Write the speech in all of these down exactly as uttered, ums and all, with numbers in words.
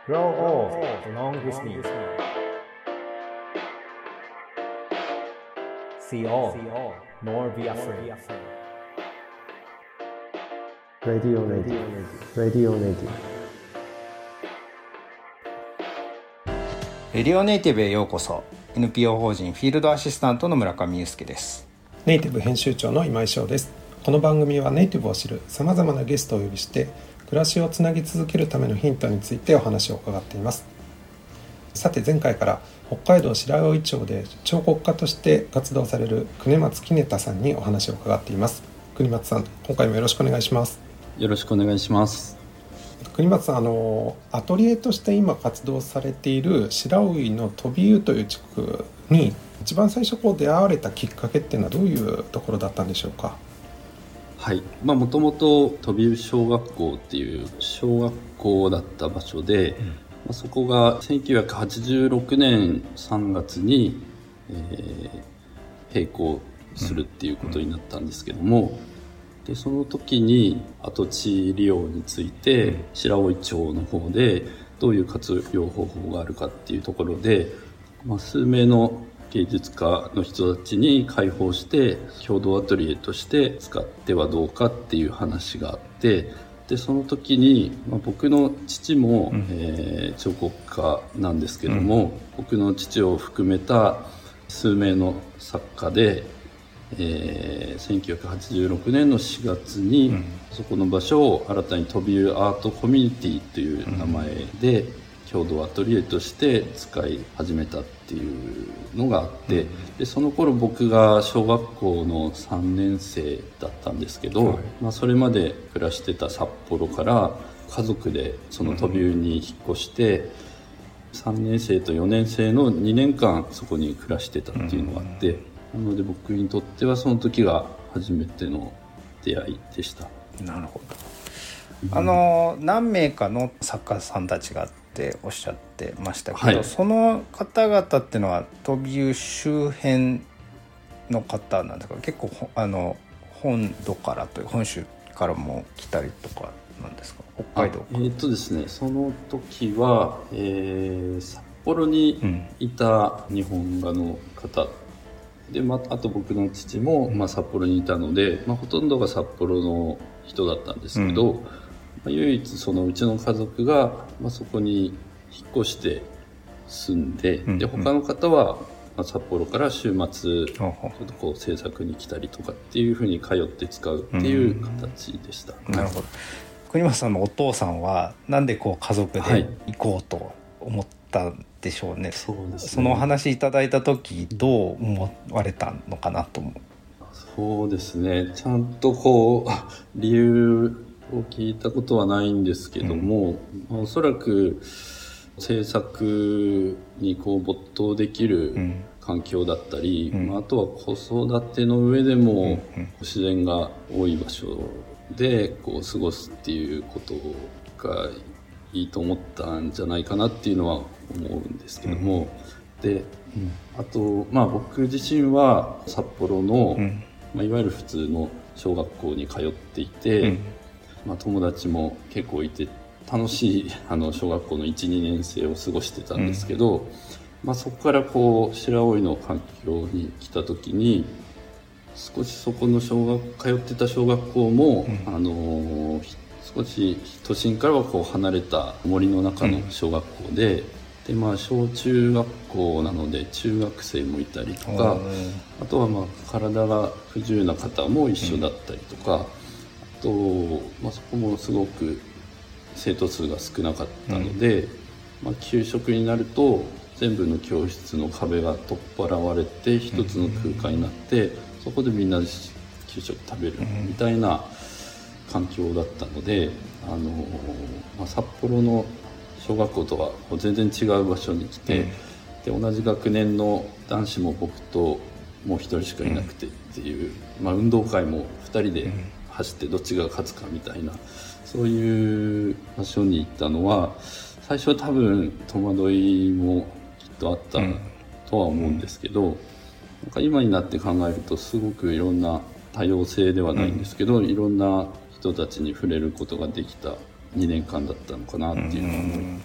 Grow old along with me. See all, nor be afraid. Radio Native Radio Native レディオネイティブへようこそ。 エヌピーオー 法人フィールドアシスタントの村上裕介です。 ネイティブ編集長の今井翔です。この番組はネイティブを知るさまざまなゲストをお呼びして暮らしをつなぎ続けるためのヒントについてお話を伺っています。さて前回から北海道白老町で彫刻家として活動される国松杵太さんにお話を伺っています。国松さん、今回もよろしくお願いします。 よろしくお願いします。 国松さん、あのアトリエとして今活動されている白老の飛び湯という地区に一番最初こう出会われたきっかけっていうのはどういうところだったんでしょうか？ はい、まあもともと飛び湯小学校っていう小学校だった場所で、うんまあ、そこがせんきゅうひゃくはちじゅうろくねんさんがつに、えー、閉校するっていうことになったんですけども、うんでその時に跡地利用について白老町の方でどういう活用方法があるかっていうところで、まあ、数名の芸術家の人たちに開放して共同アトリエとして使ってはどうかっていう話があって、でその時に、まあ、僕の父も、うんえー、彫刻家なんですけども、うん、僕の父を含めた数名の作家でえー、せんきゅうひゃくはちじゅうろくねんのしがつに、うん、そこの場所を新たに飛び湯アートコミュニティという名前で共同アトリエとして使い始めたっていうのがあって、うん、でその頃僕が小学校のさんねん生だったんですけど、はいまあ、それまで暮らしてた札幌から家族でその飛び湯に引っ越して、うん、さんねん生とよねん生のにねんかんそこに暮らしてたっていうのがあって、うんなので僕にとってはその時が初めての出会いでした。 なるほど。あの何名かの作家さんたちがっておっしゃってましたけど、はい、その方々っていうのは飛び湯周辺の方なんですか？結構あの本土からという本州からも来たりとかなんですか？北海道か。 えーっとですね、その時は、えー、札幌にいた日本画の方、うんでまあ、あと僕の父も、まあ、札幌にいたので、まあ、ほとんどが札幌の人だったんですけど、うんまあ、唯一そのうちの家族が、まあ、そこに引っ越して住んで、うん、で他の方は、まあ、札幌から週末ちょっとこう制作に来たりとかっていうふうに通って使うっていう形でした。 うん、なるほど。国松さんのお父さんはなんでこう家族で行こうと思ったんでしょうね。 そうですね。 そのお話いただいた時どう思われたのかなと思う。 そうですね、ちゃんとこう理由を聞いたことはないんですけども、うん、おそらく制作にこう没頭できる環境だったり、うん、あとは子育ての上でも自然が多い場所でこう過ごすっていうことがいいと思ったんじゃないかなっていうのは思うんですけども、うん、で、うん、あと、まあ、僕自身は札幌の、うんまあ、いわゆる普通の小学校に通っていて、うんまあ、友達も結構いて楽しいあの小学校のいち、にねん生を過ごしてたんですけど、うんまあ、そこからこう白老の環境に来た時に少しそこの小学通ってた小学校も、うん、あの少し都心からはこう離れた森の中の小学校で、うんでまあ、小中学校なので中学生もいたりとか、あとはまあ体が不自由な方も一緒だったりとか、うん、あと、まあ、そこもすごく生徒数が少なかったので、うんまあ、給食になると全部の教室の壁が取っ払われて一つの空間になって、うん、そこでみんなで給食食べるみたいな環境だったので、あの、まあ、札幌の小学校とは全然違う場所に来て、うん、で同じ学年の男子も僕ともう一人しかいなくてっていう、うんまあ、運動会もふたりで走ってどっちが勝つかみたいなそういう場所に行ったのは最初は多分戸惑いもきっとあったとは思うんですけど、うん、なんか今になって考えるとすごくいろんな多様性ではないんですけど、うん、いろんな人たちに触れることができたにねんかんだったのかなっていうのは思います。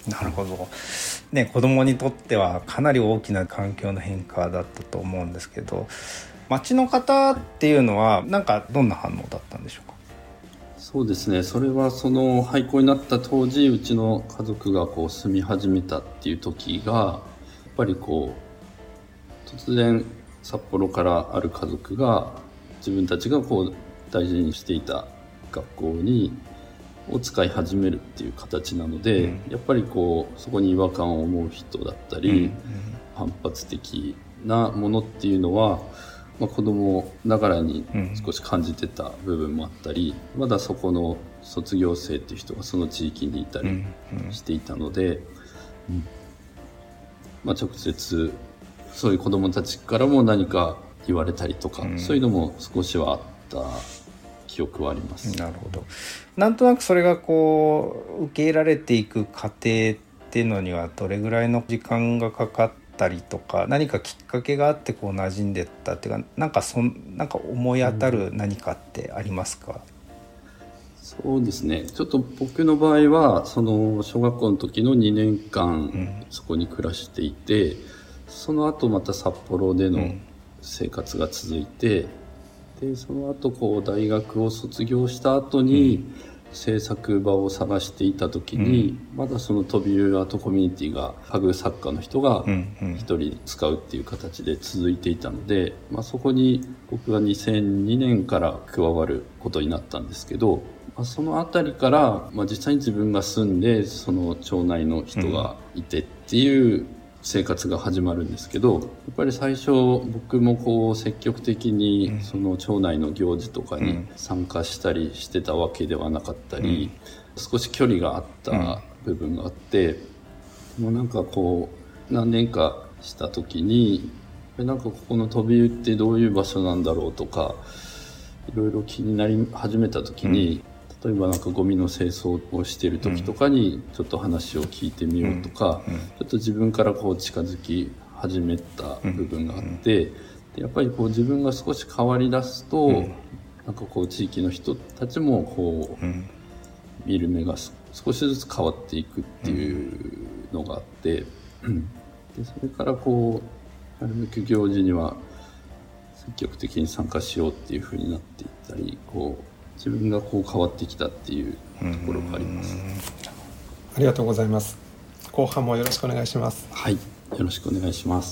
なるほど、ね、子供にとってはかなり大きな環境の変化だったと思うんですけど、町の方っていうのはなんかどんな反応だったんでしょうか？ そうですね、それはその廃校になった当時、うちの家族がこう住み始めたっていう時が、やっぱりこう突然札幌からある家族が自分たちがこう大事にしていた学校にを使い始めるっていう形なので、うん、やっぱりこうそこに違和感を思う人だったり、うんうん、反発的なものっていうのは、まあ、子供ながらに少し感じてた部分もあったり、うん、まだそこの卒業生っていう人がその地域にいたりしていたので、うんうんまあ、直接そういう子供たちからも何か言われたりとか、うん、そういうのも少しはあった記憶はあります。 なるほど。なんとなくそれがこう受け入れられていく過程っていうのにはどれぐらいの時間がかかったりとか、何かきっかけがあってこう馴染んでったっていうか、なんかそんなんか思い当たる何かってありますか？ うん、そうですね、ちょっと僕の場合はその小学校の時のにねんかんそこに暮らしていて、うん、その後また札幌での生活が続いて、うんでその後こう大学を卒業した後に制作場を探していた時に、うん、まだそのトビウアートコミュニティが家具作家の人が一人使うっていう形で続いていたので、まあ、そこに僕がにせんにねんから加わることになったんですけど、まあ、そのあたりから、まあ、実際に自分が住んでその町内の人がいてっていう生活が始まるんですけど、やっぱり最初僕もこう積極的にその町内の行事とかに参加したりしてたわけではなかったり、少し距離があった部分があって、もうなんかこう何年かした時になんかここの飛び湯ってどういう場所なんだろうとかいろいろ気になり始めた時に、例えばなんかゴミの清掃をしている時とかにちょっと話を聞いてみようとか、うんうん、ちょっと自分からこう近づき始めた部分があって、でやっぱりこう自分が少し変わり出すと、うん、なんかこう地域の人たちもこう、うん、見る目が少しずつ変わっていくっていうのがあって、うん、でそれからこうなるべく行事には積極的に参加しようっていう風になっていったり、こう自分がこう変わってきたっていうところがあります。 ありがとうございます。後半もよろしくお願いします。 はい、よろしくお願いします。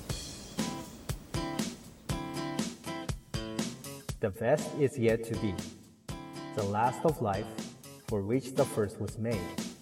The best is yet to be, the last of life for which the first was made.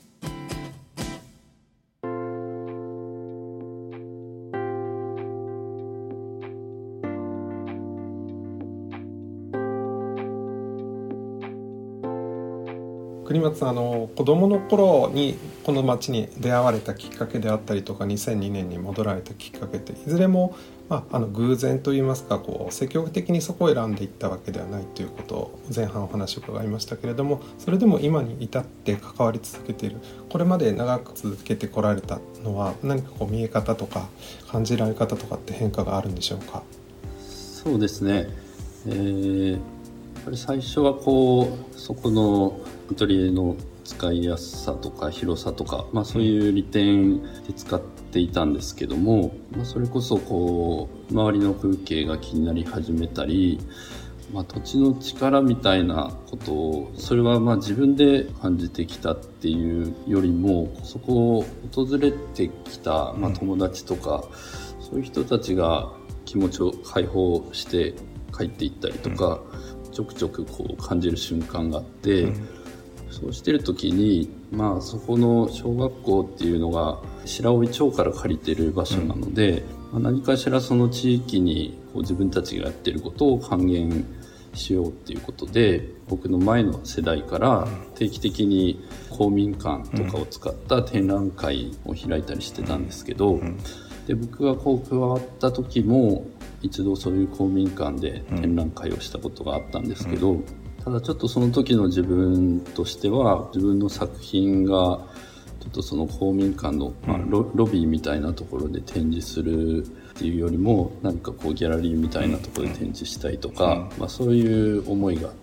国松さん、あの子どもの頃にこの町に出会われたきっかけであったりとか、にせんにねんに戻られたきっかけっていずれも、まあ、あの偶然といいますか、こう積極的にそこを選んでいったわけではないということを前半お話を伺いましたけれども、それでも今に至って関わり続けている、これまで長く続けてこられたのは何かこう見え方とか感じられ方とかって変化があるんでしょうか？ そうですね、えー、やっぱり最初はこうそこのアトリエの使いやすさとか広さとか、まあ、そういう利点で使っていたんですけども、まあ、それこそこう周りの風景が気になり始めたり、まあ、土地の力みたいなことをそれはまあ自分で感じてきたっていうよりも、そこを訪れてきたまあ友達とか、うん、そういう人たちが気持ちを解放して帰っていったりとか、うん、ちょくちょくこう感じる瞬間があって、うん、そうしてる時に、まあそこの小学校っていうのが白老町から借りてる場所なので、うん、まあ、何かしらその地域にこう自分たちがやってることを還元しようっていうことで、僕の前の世代から定期的に公民館とかを使った展覧会を開いたりしてたんですけど、で僕がこう加わった時も一度そういう公民館で展覧会をしたことがあったんですけど、ただちょっとその時の自分としては、自分の作品がちょっとその公民館の、まあ、ロ, ロビーみたいなところで展示するっていうよりも、何かこうギャラリーみたいなところで展示したいとか、まあ、そういう思いがあって、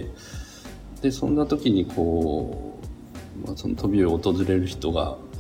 でそんな時にこう、まあ、その飛びを訪れる人が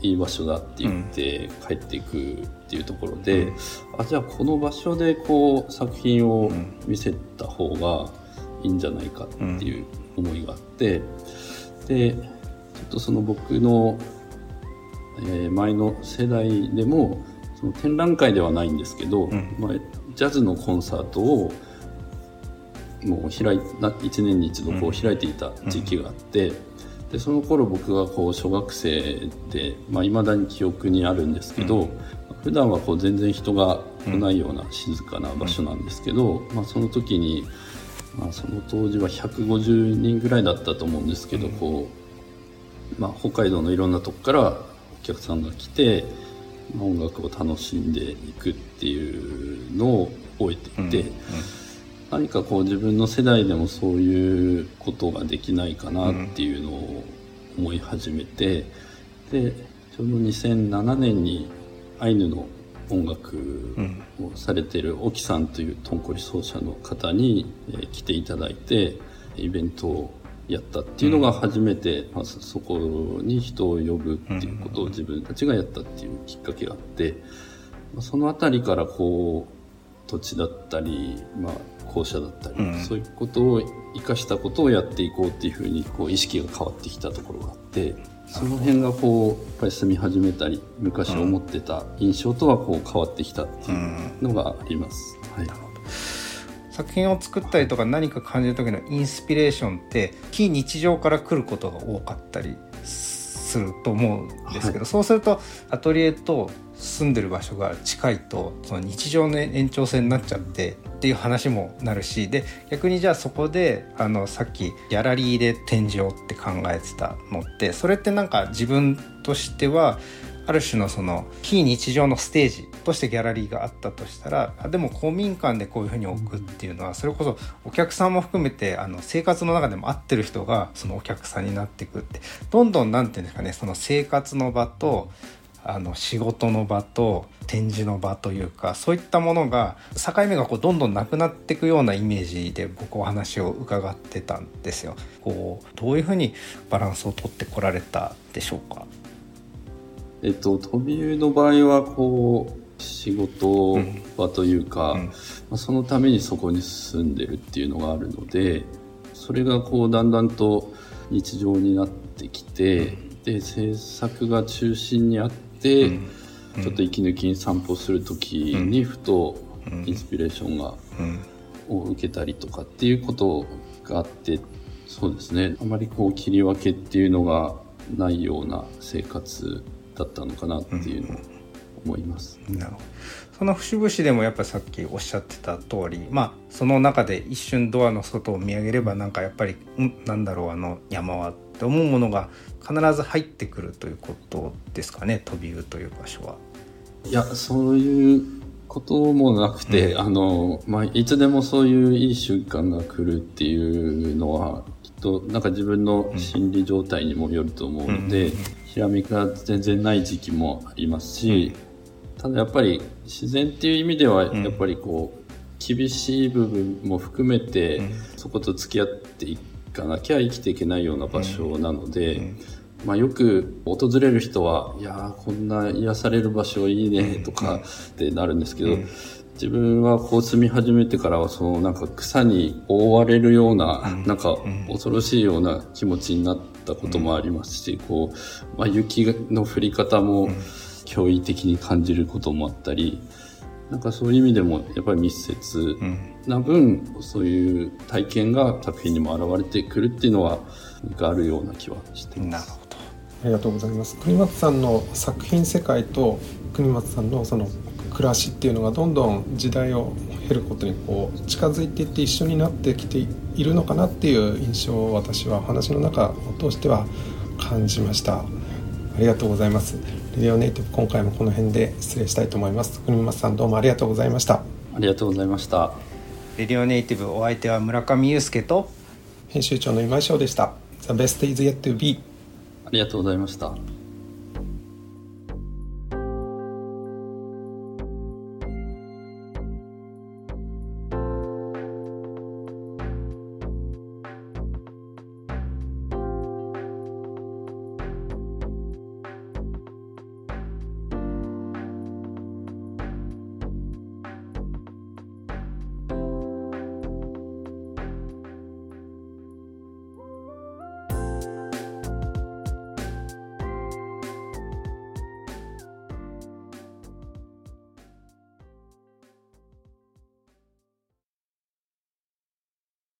いい場所だって言って帰っていくっていうところで、うん、あじゃあこの場所でこう作品を見せた方がいいんじゃないかっていう思いがあって、でちょっとその僕の、えー、前の世代でもその展覧会ではないんですけど、うんまあ、ジャズのコンサートをもう開いいちねんに一度こう開いていた時期があって、うん、でその頃僕がこう小学生で、まあ、未だに記憶にあるんですけど、うん、普段はこう全然人が来ないような静かな場所なんですけど、うんまあ、その時に、まあ、その当時はひゃくごじゅうにんぐらいだったと思うんですけど、うんこうまあ、北海道のいろんなとこからお客さんが来て、まあ、音楽を楽しんでいくっていうのを覚えていて、うんうん何かこう自分の世代でもそういうことができないかなっていうのを思い始めて、うん、でちょうどにせんななねんにアイヌの音楽をされている沖さんというトンコリ奏者の方に、えー、来ていただいてイベントをやったっていうのが初めて、うんまあ、そこに人を呼ぶっていうことを自分たちがやったっていうきっかけがあって、まあ、そのあたりからこう土地だったり、まあ校舎だったり、うん、そういうことを生かしたことをやっていこうっていうふうにこう意識が変わってきたところがあって、その辺がこうやっぱり住み始めたり昔思ってた印象とはこう変わってきたっていうのがあります、うんはい、 作品を作ったりとか何か感じる時のインスピレーションって非日常から来ることが多かったりすると思うんですけど、はい、そうするとアトリエと住んでる場所が近いとその日常の延長線になっちゃってっていう話もなるし、で逆にじゃあそこであのさっきギャラリーで展示をって考えてたのってそれってなんか自分としてはある種のその非日常のステージとしてギャラリーがあったとしたら、でも公民館でこういうふうに置くっていうのはそれこそお客さんも含めてあの生活の中でも合ってる人がそのお客さんになっていくって、どんどんなんていうんですかね、その生活の場とあの仕事の場と展示の場というかそういったものが境目がこうどんどんなくなっていくようなイメージで僕お話を伺ってたんですよ。こうどういうふうにバランスを取ってこられたでしょうか。 えっと飛び湯の場合はこう仕事場というか、うんうんまあ、そのためにそこに住んでるっていうのがあるので、それがこうだんだんと日常になってきて、うん、で制作が中心にあってでうんうん、ちょっと息抜きに散歩するときにふとインスピレーションが、うん、を受けたりとかっていうことがあって、そうですね、あまりこう切り分けっていうのがないような生活だったのかなっていうのを思います、 うん、なるほど。その節々でもやっぱさっきおっしゃってた通り、まあその中で一瞬ドアの外を見上げればなんかやっぱりんなんだろうあの山はって思うものが必ず入ってくるということですかね、飛び湯という場所は。 いやそういうこともなくて、うん、あのまあ、いつでもそういういい瞬間が来るっていうのはきっとなんか自分の心理状態にもよると思うので、うん、ひらめきが全然ない時期もありますし、うん、ただやっぱり自然っていう意味ではやっぱりこう、厳しい部分も含めて、そこと付き合っていかなきゃ生きていけないような場所なので、うんうんまあ、よく訪れる人はいやこんな癒される場所いいねとかってなるんですけど、うん、自分はこう住み始めてからはそのなんか草に覆われるような、うん、なんか恐ろしいような気持ちになったこともありますし、こう、まあ、雪の降り方も驚異的に感じることもあったり、なんかそういう意味でもやっぱり密接な分、うん、そういう体験が作品にも現れてくるっていうのはがあるような気はしています。 なるほど、 ありがとうございます。国松さんの作品世界と国松さんのその暮らしっていうのがどんどん時代を経ることにこう近づいていって一緒になってきているのかなっていう印象を私は話の中を通しては感じました。ありがとうございます。レディオネイティブ今回もこの辺で失礼したいと思います。国松さんどうもありがとうございました。 ありがとうございました。 レディオネイティブお相手は村上祐介と編集長の今井翔でした。The best is yet to be。 ありがとうございました。